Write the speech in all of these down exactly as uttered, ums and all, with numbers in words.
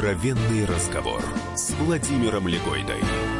Откровенный разговор с Владимиром Легойдой.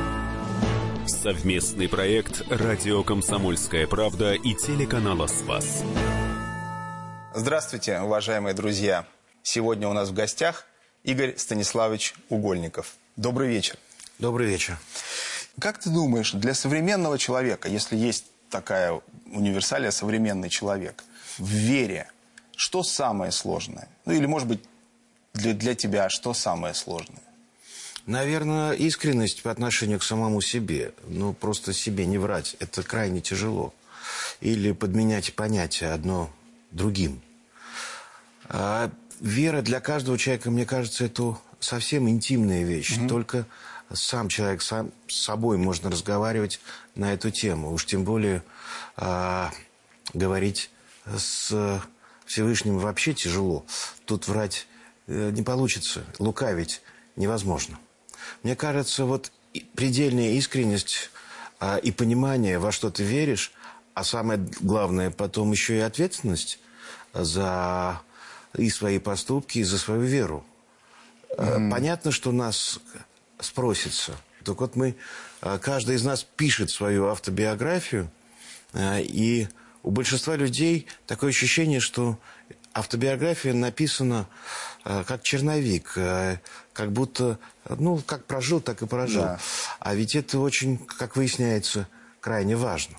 Совместный проект «Радио Комсомольская правда» и телеканала «Спас». Здравствуйте, уважаемые друзья. Сегодня у нас в гостях Игорь Станиславович Угольников. Добрый вечер. Добрый вечер. Как ты думаешь, для современного человека, если есть такая универсалия «современный человек», в вере, что самое сложное? Ну или, может быть, для, для тебя что самое сложное? Наверное, искренность по отношению к самому себе. Ну, просто себе не врать. Это крайне тяжело. Или подменять понятие одно другим. А вера для каждого человека, мне кажется, это совсем интимная вещь. Mm-hmm. Только сам человек сам с собой можно разговаривать на эту тему. Уж тем более а, говорить с Всевышним вообще тяжело. Тут врать не получится, лукавить невозможно. Мне кажется, вот предельная искренность а, и понимание, во что ты веришь, а самое главное, потом еще и ответственность за и свои поступки, и за свою веру. Mm. Понятно, что нас спросится. Так вот мы, каждый из нас пишет свою автобиографию, и у большинства людей такое ощущение, что автобиография написана э, как черновик, э, как будто, ну, как прожил, так и прожил. Да. А ведь это очень, как выясняется, крайне важно.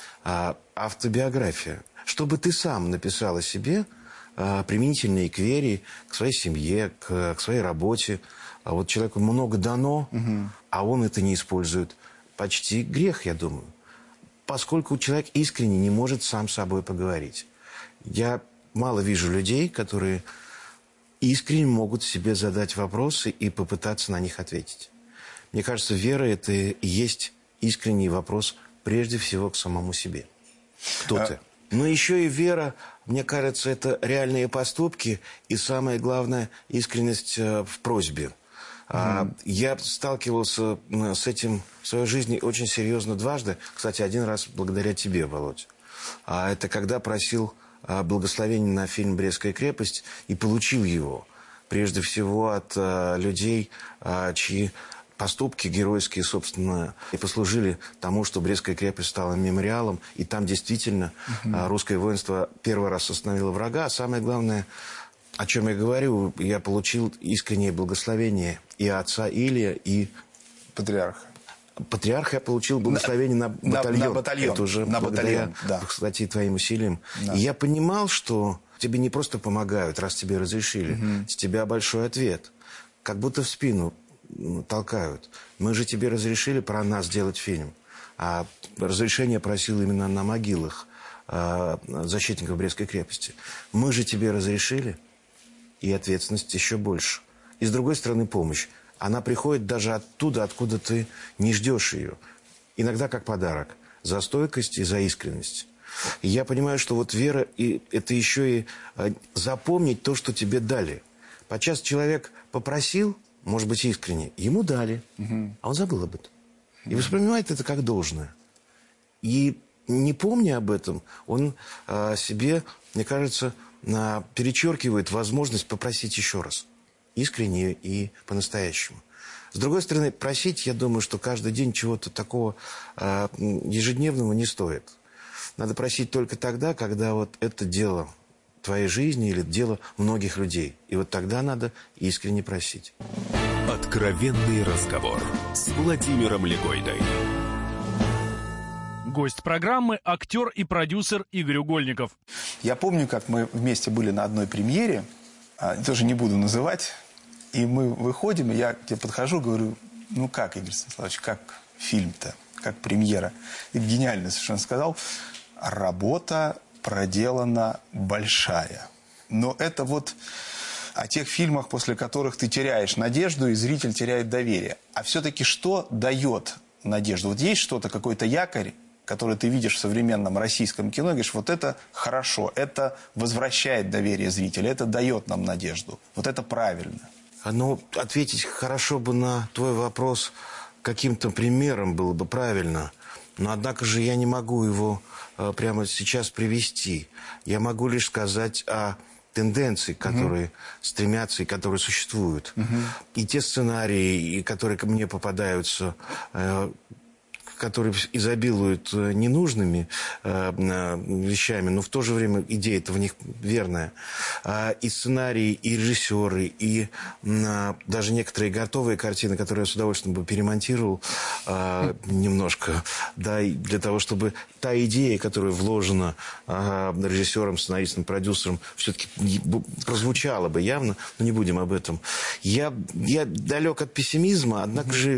А, автобиография. Чтобы ты сам написал о себе, э, применительно и к вере, к своей семье, к, к своей работе. А вот человеку много дано, угу. а он это не использует. Почти грех, я думаю. Поскольку человек искренне не может сам с собой поговорить. Я мало вижу людей, которые искренне могут себе задать вопросы и попытаться на них ответить. Мне кажется, вера – это и есть искренний вопрос прежде всего к самому себе. Кто а... ты? Но еще и вера, мне кажется, это реальные поступки и, самое главное, искренность в просьбе. Mm-hmm. Я сталкивался с этим в своей жизни очень серьезно дважды. Кстати, один раз благодаря тебе, Володь. А это когда просил благословение на фильм «Брестская крепость» и получил его. Прежде всего от а, людей, а, чьи поступки геройские, собственно, и послужили тому, что Брестская крепость стала мемориалом. И там действительно uh-huh. а, русское воинство первый раз остановило врага. А самое главное, о чем я говорю, я получил искреннее благословение и отца Илия, и патриарха. Патриарха я получил благословение на, на батальон. На, на батальон. Это уже на благодаря, батальон, да. кстати, твоим усилиям. Да. И я понимал, что тебе не просто помогают, раз тебе разрешили. Угу. С тебя большой ответ. Как будто в спину толкают. Мы же тебе разрешили про нас сделать фильм. А разрешение просил именно на могилах а, защитников Брестской крепости. Мы же тебе разрешили. И ответственность еще больше. И с другой стороны помощь. Она приходит даже оттуда, откуда ты не ждешь ее. Иногда как подарок. За стойкость и за искренность. И я понимаю, что вот вера и это еще и запомнить то, что тебе дали. Подчас человек попросил, может быть, искренне, ему дали, угу. а он забыл об этом. И воспринимает это как должное. И не помня об этом, он а, себе, мне кажется, а, перечеркивает возможность попросить еще раз. Искренне и по-настоящему. С другой стороны, просить, я думаю, что каждый день чего-то такого э, ежедневного не стоит. Надо просить только тогда, когда вот это дело твоей жизни или дело многих людей. И вот тогда надо искренне просить. Откровенный разговор с Владимиром Легойдой. Гость программы – актер и продюсер Игорь Угольников. Я помню, как мы вместе были на одной премьере, а, тоже не буду называть. И мы выходим, и я к тебе подхожу, говорю, ну как, Игорь Станиславович, как фильм-то, как премьера? И гениально совершенно сказал, работа проделана большая. Но это вот о тех фильмах, после которых ты теряешь надежду, и зритель теряет доверие. А все-таки что дает надежду? Вот есть что-то, какой-то якорь, который ты видишь в современном российском кино, и говоришь, вот это хорошо, это возвращает доверие зрителя, это дает нам надежду. Вот это правильно. Ну, ответить хорошо бы на твой вопрос каким-то примером было бы правильно. Но, однако же, я не могу его э, прямо сейчас привести. Я могу лишь сказать о тенденций, которые угу. стремятся и которые существуют. Угу. И те сценарии, которые ко мне попадаются, э, которые изобилуют ненужными э, вещами, но в то же время идея-то в них верная. Э, и сценарии, и режиссеры, и э, даже некоторые готовые картины, которые я с удовольствием бы перемонтировал э, немножко, да, и для того, чтобы та идея, которая вложена э, режиссером, сценаристом, продюсером, все-таки прозвучала бы явно, но не будем об этом. Я, я далек от пессимизма, однако же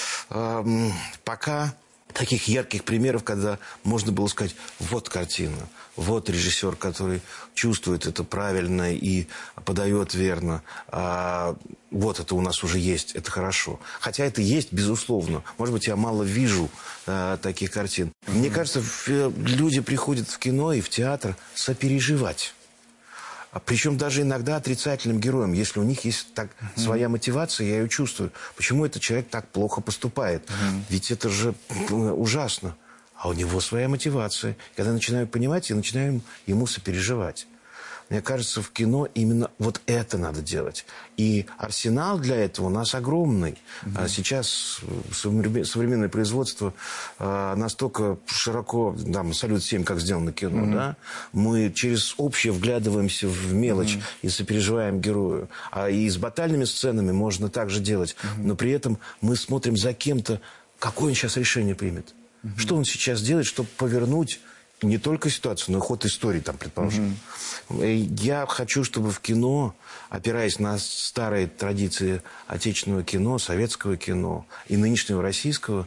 э, пока таких ярких примеров, когда можно было сказать, вот картина, вот режиссер, который чувствует это правильно и подает верно. А вот это у нас уже есть, это хорошо. Хотя это есть, безусловно. Может быть, я мало вижу а, таких картин. Mm-hmm. Мне кажется, люди приходят в кино и в театр сопереживать. Причем даже иногда отрицательным героям, если у них есть так, uh-huh. своя мотивация, я ее чувствую. Почему этот человек так плохо поступает? Uh-huh. Ведь это же ужасно. А у него своя мотивация. Когда я начинаю понимать, я начинаю ему сопереживать. Мне кажется, в кино именно вот это надо делать. И арсенал для этого у нас огромный. Mm-hmm. Сейчас современное производство настолько широко... Да, мы «Салют-семь», как сделано кино, mm-hmm. да? Мы через общее вглядываемся в мелочь mm-hmm. и сопереживаем герою. А и с батальными сценами можно также делать. Mm-hmm. Но при этом мы смотрим за кем-то, какое он сейчас решение примет. Mm-hmm. Что он сейчас делает, чтобы повернуть... Не только ситуацию, но и ход истории, там, предположим. Mm-hmm. Я хочу, чтобы в кино, опираясь на старые традиции отечественного кино, советского кино и нынешнего российского,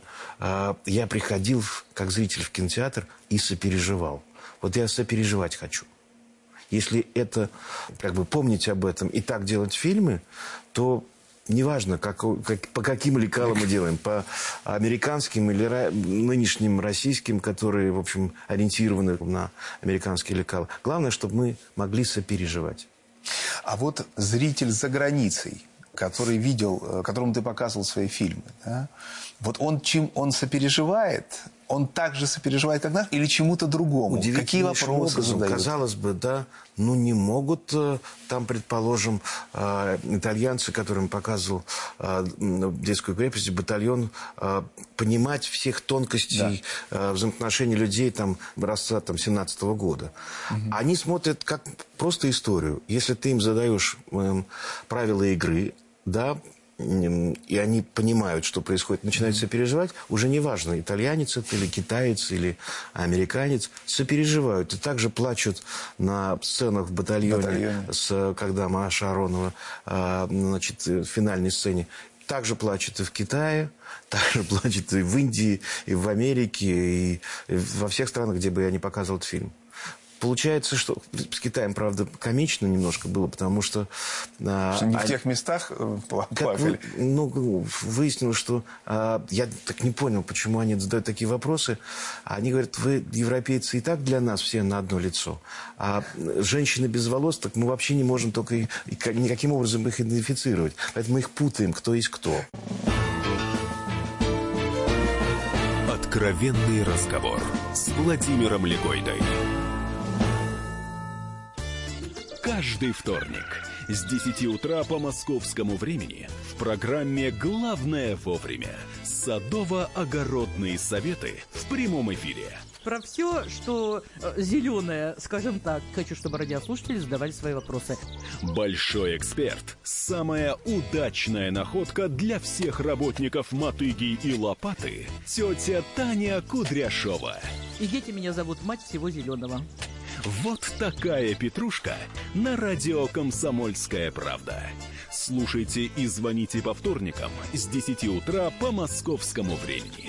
я приходил как зритель в кинотеатр и сопереживал. Вот я сопереживать хочу. Если это, как бы, помнить об этом и так делать фильмы, то... Неважно, как, как, по каким лекалам мы делаем, по американским или ра, нынешним российским, которые, в общем, ориентированы на американские лекала. Главное, чтобы мы могли сопереживать. А вот зритель за границей, который видел, которому ты показывал свои фильмы, да? Вот он чем он сопереживает, он так же сопереживает, как нас, или чему-то другому? Какие вопросы задают? Казалось бы, да, ну не могут там, предположим, итальянцы, которым показывал «Детскую крепость», батальон, понимать всех тонкостей да. взаимоотношений людей там, образца там, семнадцатого года. Угу. Они смотрят как просто историю. Если ты им задаешь правила игры, да, и они понимают, что происходит, начинают сопереживать, уже не важно, итальянец это или китаец, или американец, сопереживают. И также плачут на сценах в батальоне, батальоне. С, когда Маша Аронова значит, в финальной сцене. Также плачут и в Китае, также плачут и в Индии, и в Америке, и во всех странах, где бы я не показывал этот фильм. Получается, что с Китаем, правда, комично немножко было, потому что... что а, не в а, тех местах плакали? Как, ну, выяснилось, что... А, я так не понял, почему они задают такие вопросы. Они говорят, вы, европейцы, и так для нас все на одно лицо. А женщины без волос, так мы вообще не можем только и, и, никаким образом их идентифицировать. Поэтому мы их путаем, кто есть кто. Откровенный разговор с Владимиром Легойдой. Каждый вторник с десяти утра по московскому времени в программе «Главное вовремя» садово-огородные советы в прямом эфире. Про все, что зеленое, скажем так, хочу, чтобы радиослушатели задавали свои вопросы. Большой эксперт. Самая удачная находка для всех работников мотыги и лопаты. Тетя Таня Кудряшова. И дети меня зовут мать всего зеленого. Вот такая петрушка на радио «Комсомольская правда». Слушайте и звоните по вторникам с десяти утра по московскому времени.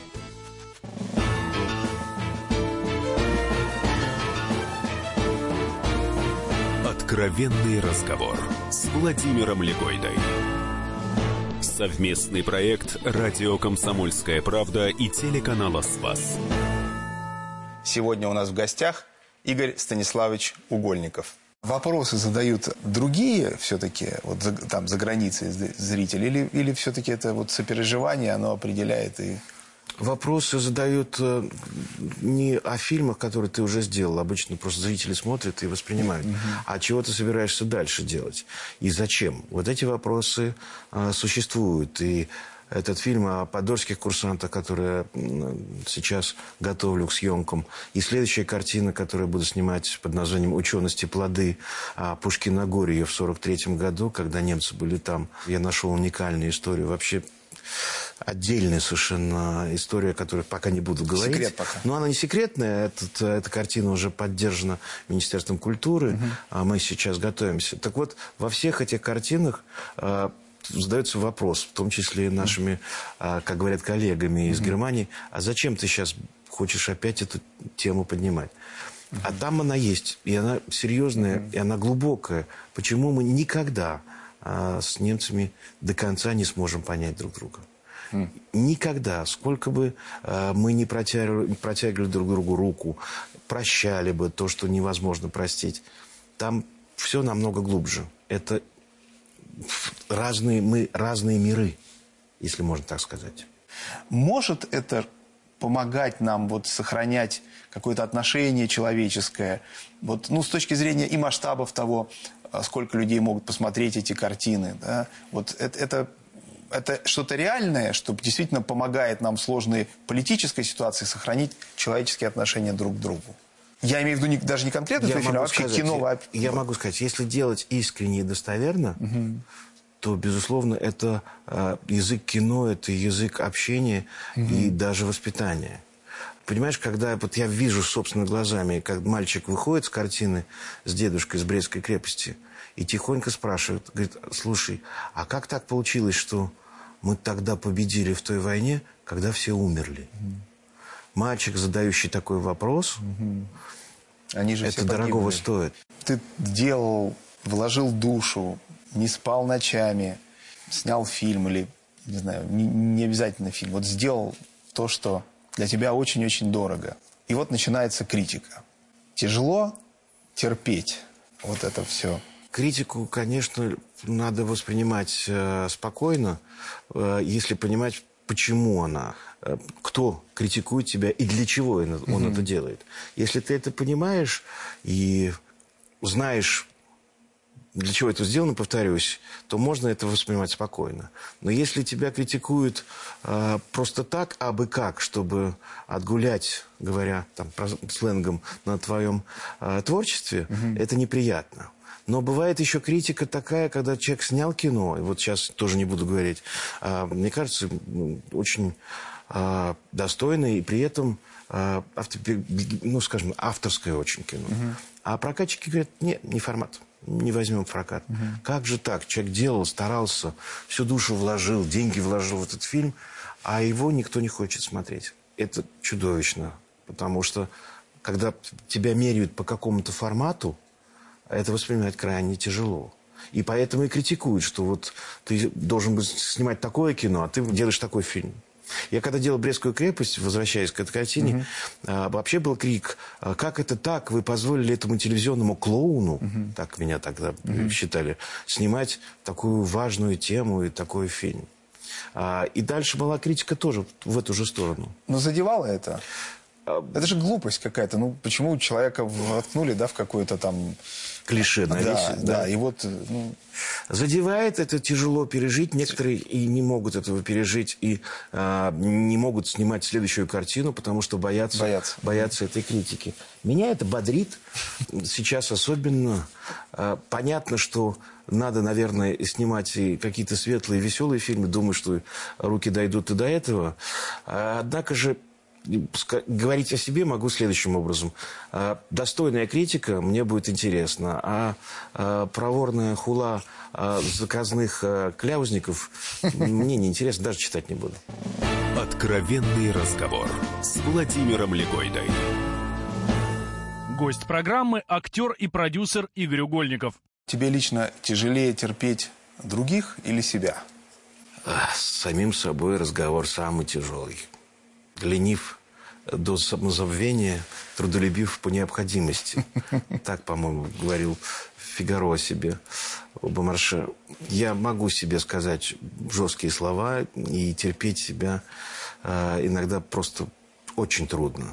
Откровенный разговор с Владимиром Легойдой. Совместный проект «Радио «Комсомольская правда» и телеканала «Спас». Сегодня у нас в гостях Игорь Станиславович Угольников. Вопросы задают другие все-таки, вот за, там за границей зрители, или, или все-таки это вот сопереживание, оно определяет и... Вопросы задают э, не о фильмах, которые ты уже сделал. Обычно просто зрители смотрят и воспринимают. Uh-huh. А чего ты собираешься дальше делать? И зачем? Вот эти вопросы э, существуют. И этот фильм о подольских курсантах, который я сейчас готовлю к съемкам. И следующая картина, которую я буду снимать под названием «Ученость и плоды» о Пушкиногорье в сорок третьем году, когда немцы были там. Я нашел уникальную историю. Вообще отдельная совершенно история, которую пока не буду говорить. Секрет пока. Но она не секретная. Этот, эта картина уже поддержана Министерством культуры. Угу. А мы сейчас готовимся. Так вот, во всех этих картинах э, задается вопрос, в том числе и нашими, э, как говорят, коллегами из угу. Германии, а зачем ты сейчас хочешь опять эту тему поднимать? Угу. А там она есть. И она серьезная, угу. и она глубокая. Почему мы никогда э, с немцами до конца не сможем понять друг друга? Никогда, сколько бы э, мы не протягивали, протягивали друг другу руку, прощали бы то, что невозможно простить, там все намного глубже. Это разные, мы разные миры, если можно так сказать. Может это помогать нам вот сохранять какое-то отношение человеческое, вот, ну, с точки зрения и масштабов того, сколько людей могут посмотреть эти картины, да? Вот это... это Это что-то реальное, что действительно помогает нам в сложной политической ситуации сохранить человеческие отношения друг к другу. Я имею в виду не, даже не конкретно я фильм, а вообще сказать, кино. Я, я могу сказать, если делать искренне и достоверно, угу. то, безусловно, это э, язык кино, это язык общения угу. и даже воспитания. Понимаешь, когда вот я вижу собственными глазами, как мальчик выходит с картины с дедушкой из Брестской крепости и тихонько спрашивает, говорит, слушай, а как так получилось, что мы тогда победили в той войне, когда все умерли? Mm-hmm. Мальчик, задающий такой вопрос, mm-hmm. Они же это дорогого стоит. Ты делал, вложил душу, не спал ночами, снял фильм или, не знаю, не, не обязательно фильм. Вот сделал то, что для тебя очень-очень дорого. И вот начинается критика. Тяжело терпеть вот это все. Критику, конечно, надо воспринимать э, спокойно, э, если понимать, почему она, э, кто критикует тебя и для чего он, он mm-hmm. это делает. Если ты это понимаешь и знаешь, для чего это сделано, повторюсь, то можно это воспринимать спокойно. Но если тебя критикуют э, просто так, абы как, чтобы отгулять, говоря там, сленгом, на твоем э, творчестве, mm-hmm. это неприятно. Но бывает еще критика такая, когда человек снял кино, и вот сейчас тоже не буду говорить, а, мне кажется, очень а, достойное и при этом, а, автор, ну, скажем, авторское очень кино. Uh-huh. А прокатчики говорят, нет, не формат, не возьмем в прокат. Uh-huh. Как же так? Человек делал, старался, всю душу вложил, деньги вложил в этот фильм, а его никто не хочет смотреть. Это чудовищно, потому что когда тебя меряют по какому-то формату, это воспринимать крайне тяжело. И поэтому и критикуют, что вот ты должен быть снимать такое кино, а ты делаешь такой фильм. Я когда делал «Брестскую крепость», возвращаясь к этой картине, uh-huh. вообще был крик, как это так, вы позволили этому телевизионному клоуну, uh-huh. так меня тогда uh-huh. считали, снимать такую важную тему и такой фильм. И дальше была критика тоже в эту же сторону. Но задевало это? Это же глупость какая-то. Ну, почему человека воткнули, да, в какое-то там... Клише навесить. Да, да, да, и вот... Ну... Задевает, это тяжело пережить. Некоторые и не могут этого пережить, и а, не могут снимать следующую картину, потому что боятся, боятся. боятся этой критики. Меня это бодрит. Сейчас особенно а, понятно, что надо, наверное, снимать и какие-то светлые, веселые фильмы. Думаю, что руки дойдут и до этого. А, однако же... Говорить о себе могу следующим образом. Достойная критика мне будет интересна, а проворная хула заказных кляузников мне не интересно, даже читать не буду. Откровенный разговор с Владимиром Легойдой. Гость программы – актер и продюсер Игорь Угольников. Тебе лично тяжелее терпеть других или себя? С самим собой разговор самый тяжелый. Ленив до самозабвения, трудолюбив по необходимости. Так, по-моему, говорил Фигаро о себе, о Бомарше. Я могу себе сказать жесткие слова и терпеть себя иногда просто очень трудно.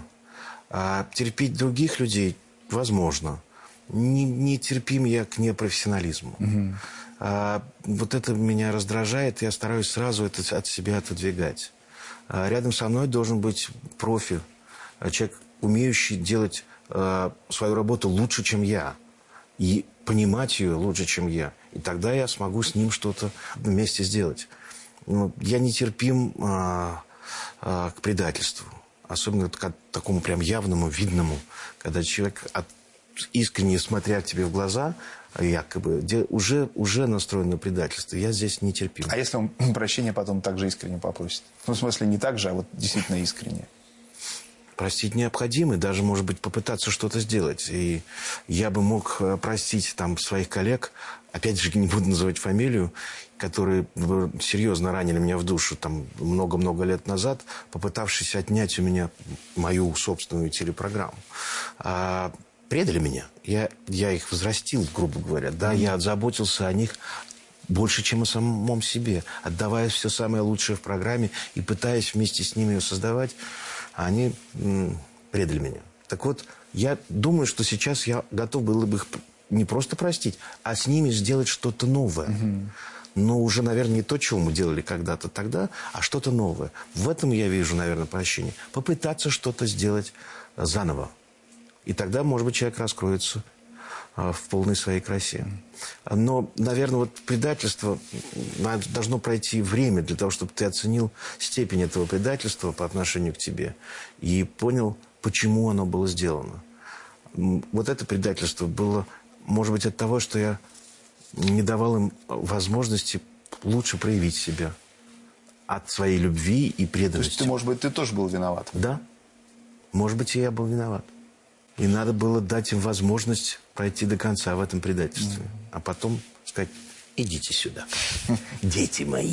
А терпеть других людей возможно. Не, не терпим я к непрофессионализму. Угу. А, вот это меня раздражает, и я стараюсь сразу это от себя отодвигать. А рядом со мной должен быть профи, человек, умеющий делать а, свою работу лучше, чем я, и понимать ее лучше, чем я. И тогда я смогу с ним что-то вместе сделать. Ну, я нетерпим а, а, к предательству. Особенно к такому прям явному, видному, когда человек, от, искренне смотря тебе в глаза, якобы, уже, уже настроен на предательство. Я здесь не терпим. А если он прощения потом также искренне попросит? Ну, в смысле, не так же, а вот действительно искренне. Простить необходимо, даже, может быть, попытаться что-то сделать. И я бы мог простить там своих коллег, опять же, не буду называть фамилию, которые серьезно ранили меня в душу там много-много лет назад, попытавшись отнять у меня мою собственную телепрограмму. А, предали меня. Я, я их взрастил, грубо говоря. Да, я заботился о них больше, чем о самом себе, отдавая все самое лучшее в программе и пытаясь вместе с ними ее создавать, они м, предали меня. Так вот, я думаю, что сейчас я готов был бы их не просто простить, а с ними сделать что-то новое. Угу. Но уже, наверное, не то, чего мы делали когда-то тогда, а что-то новое. В этом я вижу, наверное, прощение. Попытаться что-то сделать заново. И тогда, может быть, человек раскроется а, в полной своей красе. Но, наверное, вот предательство должно пройти время для того, чтобы ты оценил степень этого предательства по отношению к тебе и понял, почему оно было сделано. Вот это предательство было, может быть, от того, что я не давал им возможности лучше проявить себя от своей любви и преданности. То есть, ты, может быть, ты тоже был виноват? Да. Может быть, и я был виноват. И надо было дать им возможность пройти до конца в этом предательстве. Mm-hmm. А потом сказать: идите сюда, дети мои.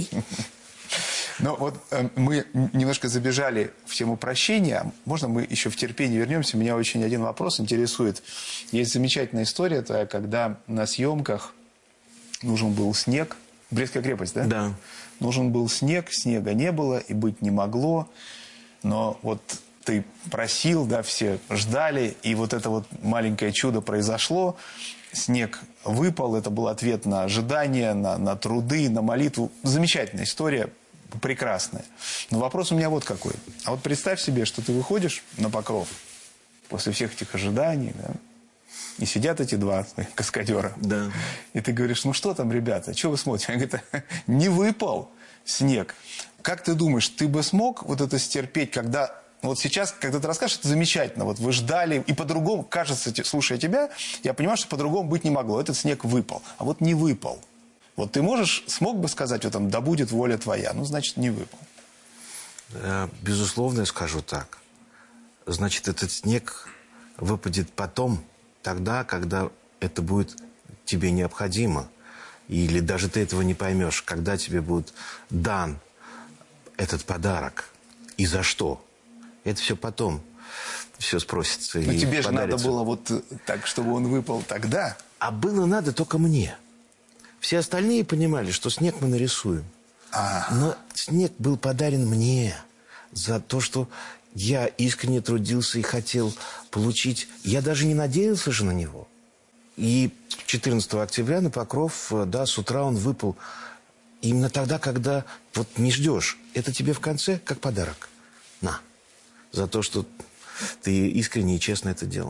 Ну вот э, мы немножко забежали в тему прощения. Можно мы еще в терпение вернемся? Меня очень один вопрос интересует. Есть замечательная история твоя, когда на съемках нужен был снег. Брестская крепость, да? Да. Нужен был снег, снега не было и быть не могло. Но вот ты просил, да, все ждали, и вот это вот маленькое чудо произошло. Снег выпал, это был ответ на ожидания, на, на труды, на молитву. Замечательная история, прекрасная. Но вопрос у меня вот какой. А вот представь себе, что ты выходишь на Покров после всех этих ожиданий, да, и сидят эти два каскадера. Да. И ты говоришь: ну что там, ребята, что вы смотрите? Они говорят: не выпал снег. Как ты думаешь, ты бы смог вот это стерпеть, когда... Вот сейчас, когда ты расскажешь, это замечательно. Вот вы ждали, и по-другому, кажется, слушая тебя, я понимаю, что по-другому быть не могло. Этот снег выпал. А вот не выпал. Вот ты можешь, смог бы сказать, вот там: да будет воля твоя. Ну, значит, не выпал. Безусловно, я скажу так. Значит, этот снег выпадет потом, тогда, когда это будет тебе необходимо. Или даже ты этого не поймешь, когда тебе будет дан этот подарок. И за что? Это все потом. Все спросится. Но и тебе же подарится. надо было вот так, чтобы он выпал тогда. А было надо только мне. Все остальные понимали, что снег мы нарисуем. А. Но снег был подарен мне за то, что я искренне трудился и хотел получить. Я даже не надеялся же на него. И четырнадцатого октября на Покров, да, с утра он выпал. Именно тогда, когда вот не ждешь. Это тебе в конце как подарок. На. За то, что ты искренне и честно это делал.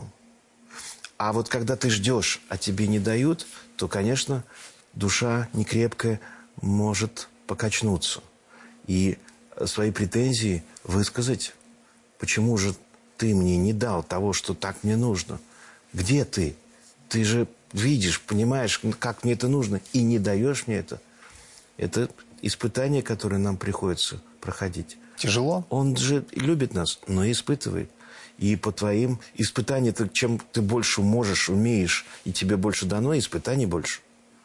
А вот когда ты ждешь, а тебе не дают, то, конечно, душа некрепкая может покачнуться. И свои претензии высказать. Почему же ты мне не дал того, что так мне нужно? Где ты? Ты же видишь, понимаешь, как мне это нужно, и не даешь мне это. Это испытание, которое нам приходится проходить. Тяжело? Он же любит нас, но испытывает. И по твоим испытаниям, чем ты больше можешь, умеешь, и тебе больше дано, испытаний больше.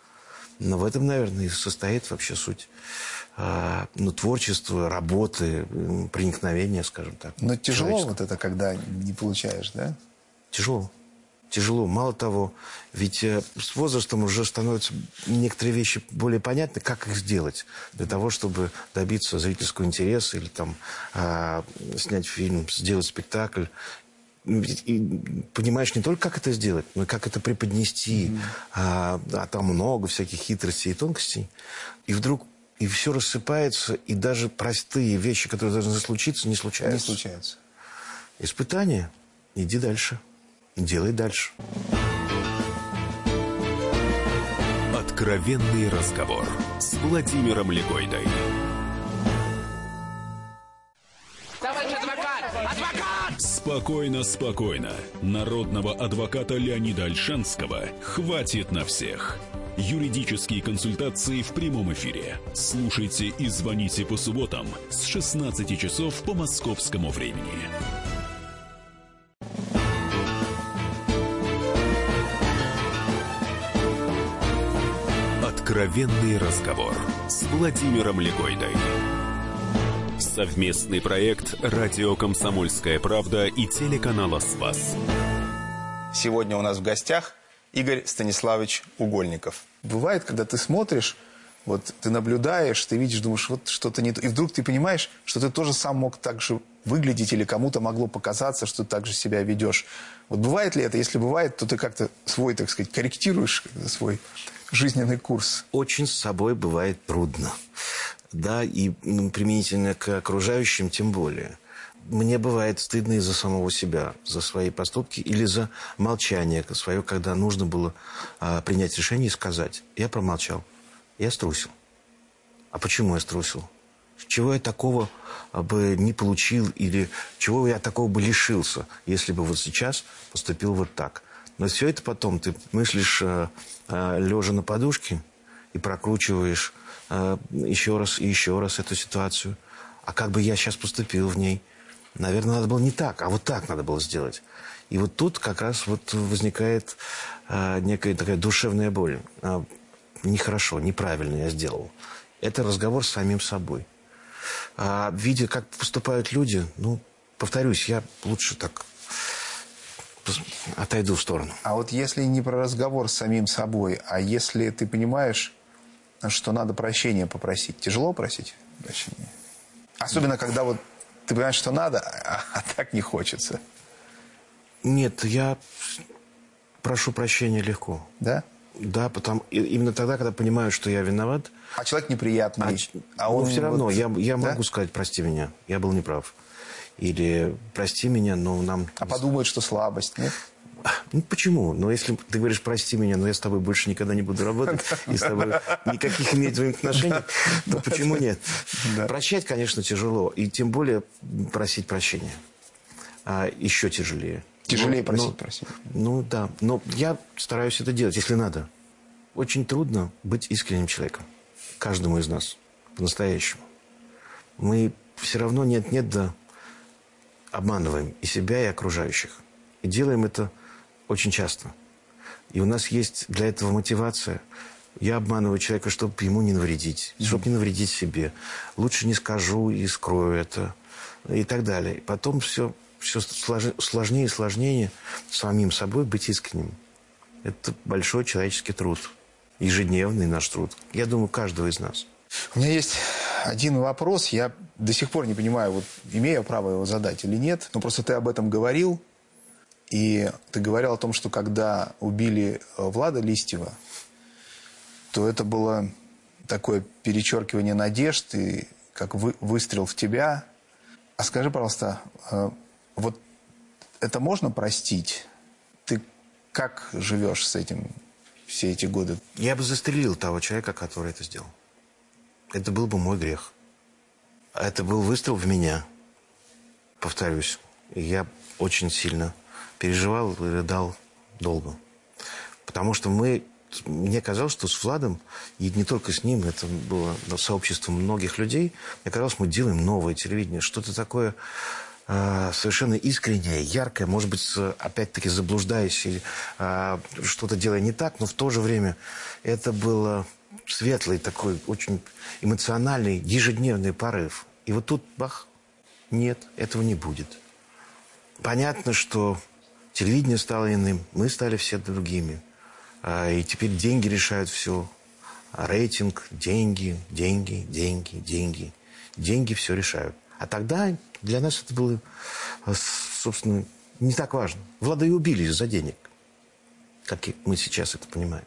Но в этом, наверное, и состоит вообще суть а, ну, творчества, работы, проникновения, скажем так. Но тяжело вот это, когда не получаешь, да? Тяжело. тяжело. Мало того, ведь с возрастом уже становятся некоторые вещи более понятны, как их сделать для того, чтобы добиться зрительского интереса или там а, снять фильм, сделать спектакль. И понимаешь не только, как это сделать, но и как это преподнести. Mm-hmm. А, а там много всяких хитростей и тонкостей. И вдруг и все рассыпается, и даже простые вещи, которые должны случиться, не случаются. Не случаются. Испытание. Иди дальше. Делай дальше. Откровенный разговор с Владимиром Легойдой. Товарищ адвокат! Адвокат! Спокойно, спокойно. Народного адвоката Леонида Ольшанского хватит на всех. Юридические консультации в прямом эфире. Слушайте и звоните по субботам с шестнадцати часов по московскому времени. Откровенный разговор с Владимиром Легойдой. Совместный проект «Радио Комсомольская правда» и телеканала «Спас». Сегодня у нас в гостях Игорь Станиславович Угольников. Бывает, когда ты смотришь, вот ты наблюдаешь, ты видишь, думаешь, вот что-то не то. И вдруг ты понимаешь, что ты тоже сам мог так же выглядеть, или кому-то могло показаться, что ты так же себя ведешь. Вот бывает ли это? Если бывает, то ты как-то свой, так сказать, корректируешь свой жизненный курс. Очень с собой бывает трудно. Да, и применительно к окружающим тем более. Мне бывает стыдно из-за самого себя, за свои поступки или за молчание свое, когда нужно было а, принять решение и сказать. Я промолчал. Я струсил. А почему я струсил? Чего я такого бы не получил или чего я такого бы лишился, если бы вот сейчас поступил вот так? Но все это потом ты мыслишь, а, а, лежа на подушке, и прокручиваешь а, еще раз и еще раз эту ситуацию. А как бы я сейчас поступил в ней? Наверное, надо было не так, а вот так надо было сделать. И вот тут как раз вот возникает а, некая такая душевная боль. А, нехорошо, неправильно я сделал. Это разговор с самим собой. А, видя, как поступают люди, ну, повторюсь, я лучше так отойду в сторону. А вот если не про разговор с самим собой, а если ты понимаешь, что надо прощения попросить, тяжело просить прощения? Особенно, когда вот ты понимаешь, что надо, а, а так не хочется. Нет, я прошу прощения легко. Да? Да, потому, именно тогда, когда понимаю, что я виноват. А человек неприятный. А, а он но все равно, вот, я, я да? могу сказать, прости меня, я был неправ. Или прости меня, но нам... А подумают, что слабость, нет? Ну, почему? Но если ты говоришь, прости меня, но я с тобой больше никогда не буду работать, и с тобой никаких иметь взаимоотношений, то почему нет? Прощать, конечно, тяжело, и тем более просить прощения. А еще тяжелее. Тяжелее просить прощения. Ну, да. Но я стараюсь это делать, если надо. Очень трудно быть искренним человеком. Каждому из нас. По-настоящему. Мы все равно нет-нет, да обманываем и себя, и окружающих. И делаем это очень часто. И у нас есть для этого мотивация. Я обманываю человека, чтобы ему не навредить, mm-hmm. чтобы не навредить себе. Лучше не скажу и скрою это. И так далее. Потом все, все сложнее и сложнее самим собой быть искренним. Это большой человеческий труд. Ежедневный наш труд. Я думаю, каждого из нас. У меня есть один вопрос. Я до сих пор не понимаю, вот имею я право его задать или нет. Но просто ты об этом говорил. И ты говорил о том, что когда убили Влада Листьева, то это было такое перечеркивание надежд и как вы, выстрел в тебя. А скажи, пожалуйста, вот это можно простить? Ты как живешь с этим все эти годы? Я бы застрелил того человека, который это сделал. Это был бы мой грех. А это был выстрел в меня. Повторюсь, я очень сильно переживал и рыдал долго. Потому что мы... Мне казалось, что с Владом, и не только с ним, это было сообщество многих людей, мне казалось, мы делаем новое телевидение. Что-то такое э, совершенно искреннее, яркое, может быть, опять-таки заблуждаясь, или э, что-то делая не так, но в то же время это было светлый такой, очень эмоциональный, ежедневный порыв. И вот тут, бах, нет, этого не будет. Понятно, что Телевидение стало иным, мы стали все другими. И теперь деньги решают все. Рейтинг, деньги, деньги, деньги, деньги. Деньги все решают. А тогда для нас это было, собственно, не так важно. Влада и убили из-за денег, как и мы сейчас это понимаем.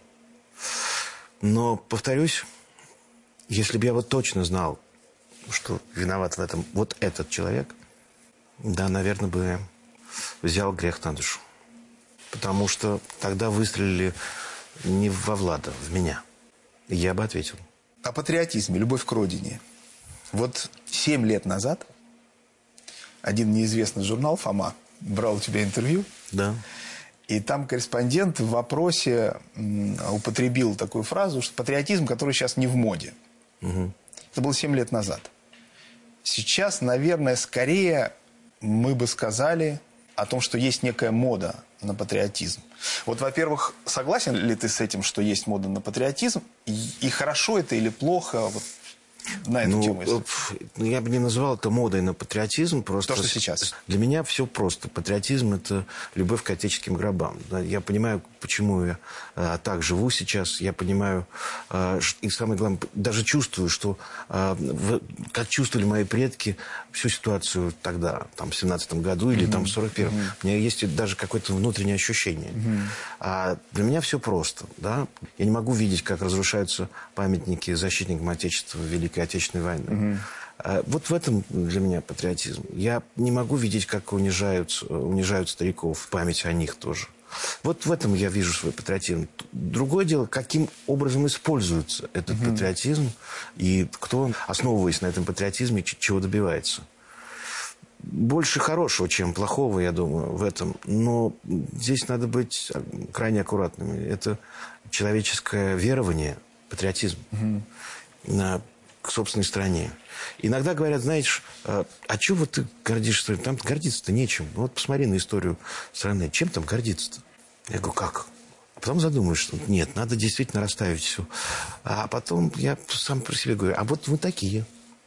Но, повторюсь, если бы я вот точно знал, что виноват в этом вот этот человек, да, наверное, бы взял грех на душу. Потому что тогда выстрелили не во Влада, в меня. И я бы ответил. О патриотизме, любовь к родине. Вот семь лет назад один неизвестный журнал, Фома, брал у тебя интервью. Да. И там корреспондент в вопросе употребил такую фразу, что патриотизм, который сейчас не в моде. Угу. Это было семь лет назад. Сейчас, наверное, скорее мы бы сказали о том, что есть некая мода на патриотизм. Вот, во-первых, согласен ли ты с этим, что есть мода на патриотизм? И, и хорошо это или плохо? Вот на эту ну, тему. Если... Я бы не назвал это модой на патриотизм. Просто то, что сейчас. Для меня все просто. Патриотизм – это любовь к отеческим гробам. Я понимаю, почему я а, так живу сейчас. Я понимаю, а, и самое главное, даже чувствую, что а, в, как чувствовали мои предки всю ситуацию тогда, там, в семнадцатом году или mm-hmm. там, в сорок первом. Mm-hmm. У меня есть даже какое-то внутреннее ощущение. Mm-hmm. А для меня все просто. Да? Я не могу видеть, как разрушаются памятники защитникам Отечества в Великой Отечественной войны. Угу. А, вот в этом для меня патриотизм. Я не могу видеть, как унижают, унижают стариков, в память о них тоже. Вот в этом я вижу свой патриотизм. Другое дело, каким образом используется этот угу. патриотизм, и кто, основываясь на этом патриотизме, чего добивается. Больше хорошего, чем плохого, я думаю, в этом. Но здесь надо быть крайне аккуратными. Это человеческое верование, патриотизм. Угу. На к собственной стране. Иногда говорят, знаешь, а, а чего вот ты гордишься? Там гордиться-то нечем. Вот посмотри на историю страны. Чем там гордиться-то? Я говорю, как? А потом задумаешь, что нет, надо действительно расставить все. А потом я сам про себя говорю, а вот мы такие.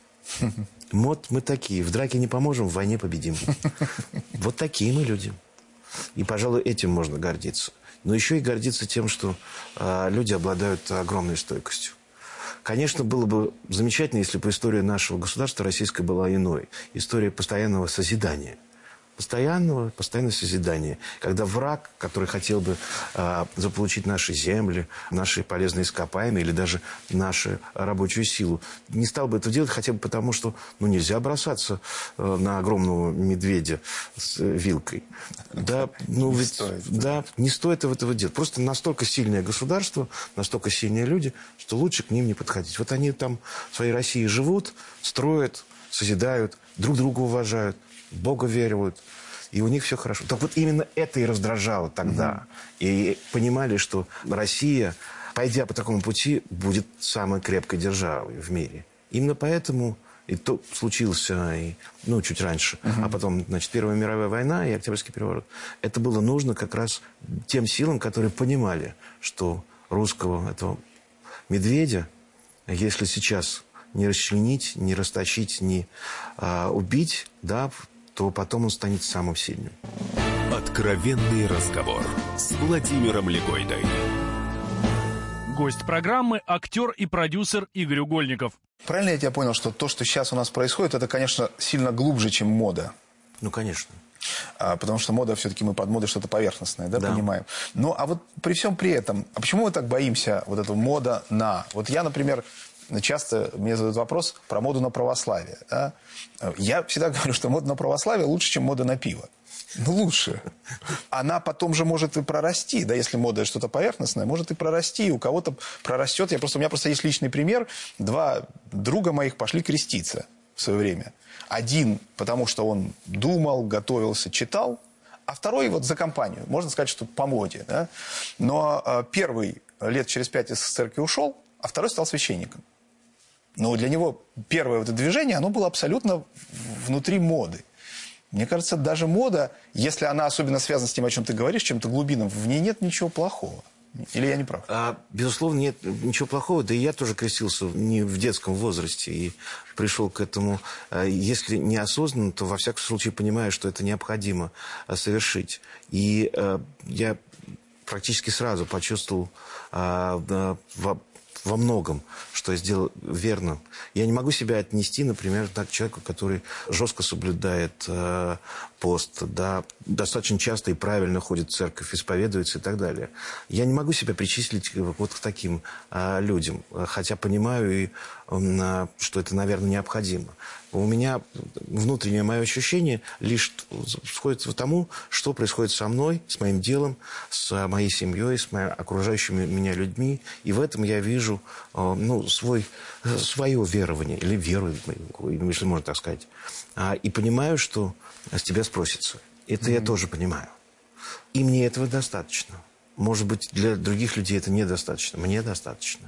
Вот мы такие. В драке не поможем, в войне победим. Вот такие мы люди. И, пожалуй, этим можно гордиться. Но еще и гордиться тем, что а, люди обладают огромной стойкостью. Конечно, было бы замечательно, если бы история нашего государства российское была иной. История постоянного созидания. Постоянного, постоянного созидания. Когда враг, который хотел бы э, заполучить наши земли, наши полезные ископаемые или даже нашу рабочую силу, не стал бы это делать хотя бы потому, что ну, нельзя бросаться э, на огромного медведя с э, вилкой. Да, ну, ведь, стоит. Да, не стоит этого делать. Просто настолько сильное государство, настолько сильные люди, что лучше к ним не подходить. Вот они там в своей России живут, строят, созидают, друг друга уважают, Бога веруют, и у них все хорошо. Так вот именно это и раздражало тогда. Mm-hmm. И понимали, что Россия, пойдя по такому пути, будет самой крепкой державой в мире. Именно поэтому и то случился, и, ну, чуть раньше, mm-hmm. а потом, значит, Первая мировая война и Октябрьский переворот. Это было нужно как раз тем силам, которые понимали, что русского этого медведя, если сейчас не расчленить, не растащить, не а, убить, да, то потом он станет самым сильным. Откровенный разговор с Владимиром Легойдой. Гость программы – актер и продюсер Игорь Угольников. Правильно я тебя понял, что то, что сейчас у нас происходит, это, конечно, сильно глубже, чем мода? Ну, конечно. А, потому что мода, все-таки мы под модой что-то поверхностное, да, да, понимаем. Ну, а вот при всем при этом, а почему мы так боимся вот этого мода на... Вот я, например... Часто мне задают вопрос про моду на православие. Да? Я всегда говорю, что мода на православие лучше, чем мода на пиво. Ну, лучше. Она потом же может и прорасти. Да, если мода что-то поверхностное, может и прорасти. И у кого-то прорастет. Я просто, у меня просто есть личный пример. Два друга моих пошли креститься в свое время. Один, потому что он думал, готовился, читал. А второй вот за компанию. Можно сказать, что по моде. Да? Но э, первый лет через пять из церкви ушел, а второй стал священником. Но для него первое это движение, оно было абсолютно внутри моды. Мне кажется, даже мода, если она особенно связана с тем, о чем ты говоришь, чем-то глубинным, в ней нет ничего плохого. Или я не прав? А, безусловно, нет ничего плохого. Да и я тоже крестился не в детском возрасте и пришел к этому, если неосознанно, то во всяком случае понимаю, что это необходимо совершить. И а, я практически сразу почувствовал а, а, во, во многом, что я сделал верно. Я не могу себя отнести, например, к человеку, который жестко соблюдает э, пост, да, достаточно часто и правильно ходит в церковь, исповедуется и так далее. Я не могу себя причислить вот к таким э, людям, хотя понимаю, и, э, что это, наверное, необходимо. У меня внутреннее мое ощущение лишь сходится к тому, что происходит со мной, с моим делом, с моей семьей, с моими окружающими меня людьми. И в этом я вижу ну, свой, свое верование, или веру, если можно так сказать. И понимаю, что с тебя спросится. Это mm-hmm. я тоже понимаю. И мне этого достаточно. Может быть, для других людей это недостаточно. Мне достаточно.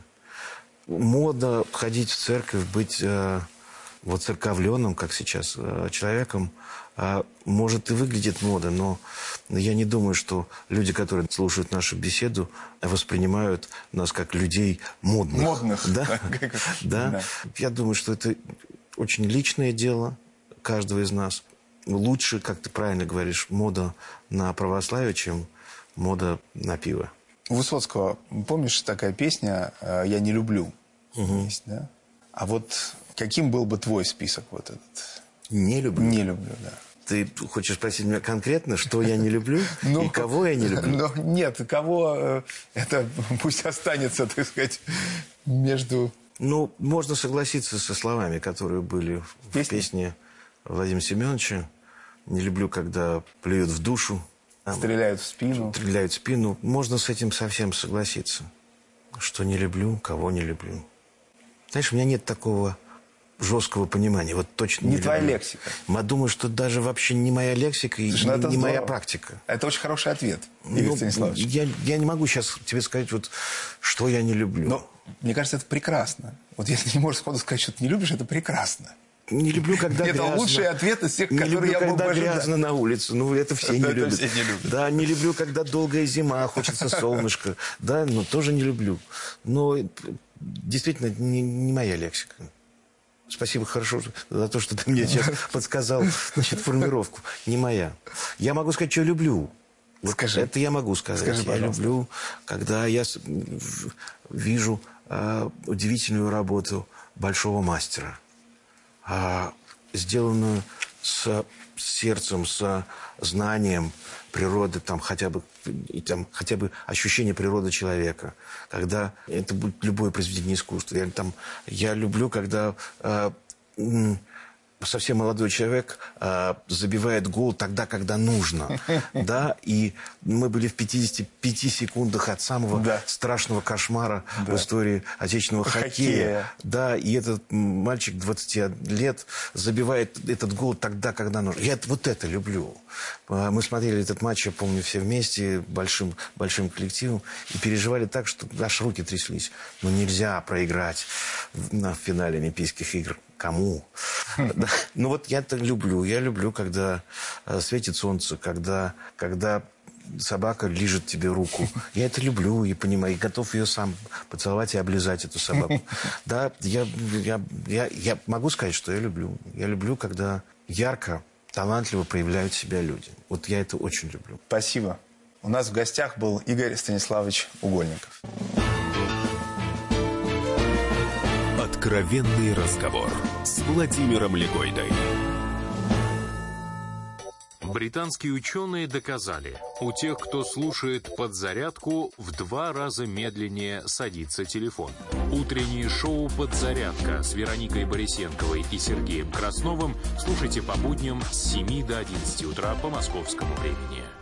Мода ходить в церковь, быть... вот церковленным, как сейчас, человеком, может и выглядит мода, но я не думаю, что люди, которые слушают нашу беседу, воспринимают нас как людей модных. Модных. Да? Да. Я думаю, что это очень личное дело каждого из нас. Лучше, как ты правильно говоришь, мода на православие, чем мода на пиво. У Высоцкого, помнишь, такая песня «Я не люблю»? Угу. Есть, да? А вот каким был бы твой список вот этот? Не люблю. Не люблю, да. Ты хочешь спросить меня конкретно, что я не люблю и кого я не люблю? Но нет, кого это пусть останется, так сказать, между... Ну, можно согласиться со словами, которые были в Песня? песне Владимира Семеновича. Не люблю, когда плюют в душу. Стреляют в спину. Стреляют в спину. Можно с этим совсем согласиться. Что не люблю, кого не люблю. Знаешь, у меня нет такого жесткого понимания. Вот точно не, не твоя люблю. лексика. Я думаю, что даже вообще не моя лексика. Слушай, и не, не моя практика. Это очень хороший ответ, Игорь ну, Станиславович. Я, я не могу сейчас тебе сказать, вот, что я не люблю. Но мне кажется, это прекрасно. Вот если ты не можешь сходу сказать, что ты не любишь, это прекрасно. Не люблю, когда это грязно. Это лучший ответ из всех, не которые люблю, я мог бы когда ожидать. Грязно на улице. Ну, это все не это любят. Все не любят. Да, не люблю, когда долгая зима, хочется солнышко. Да, но тоже не люблю. Но действительно, не, не моя лексика. Спасибо хорошо за то, что ты мне сейчас подсказал, значит, формулировку. Не моя. Я могу сказать, что люблю. Вот Скажи. Это я могу сказать. Скажи, я пожалуйста. люблю, когда я вижу э, удивительную работу большого мастера, э, сделанную с сердцем, с знанием природы, там хотя бы, там, хотя бы ощущение природы человека. Когда это будет любое произведение искусства. Я, там, я люблю, когда э, совсем молодой человек э, забивает гол тогда, когда нужно. Да? И мы были в пятидесяти пяти секундах от самого да. страшного кошмара да. в истории отечественного хоккея. хоккея. Да, и этот мальчик двадцати лет забивает этот гол тогда, когда нужно. Я вот это люблю. Мы смотрели этот матч, я помню, все вместе, большим, большим коллективом, и переживали так, что аж руки тряслись. Но нельзя проиграть на финале Олимпийских игр. Кому? Ну вот я это люблю. Я люблю, когда светит солнце, когда, когда собака лижет тебе руку. Я это люблю и понимаю. И готов ее сам поцеловать и облизать, эту собаку. Да, я, я, я, я могу сказать, что я люблю. Я люблю, когда ярко, талантливо проявляют себя люди. Вот я это очень люблю. Спасибо. У нас в гостях был Игорь Станиславович Угольников. Откровенный разговор с Владимиром Легойдой. Британские ученые доказали, у тех, кто слушает «Подзарядку», в два раза медленнее садится телефон. Утреннее шоу «Подзарядка» с Вероникой Борисенковой и Сергеем Красновым слушайте по будням с семи до одиннадцати утра по московскому времени.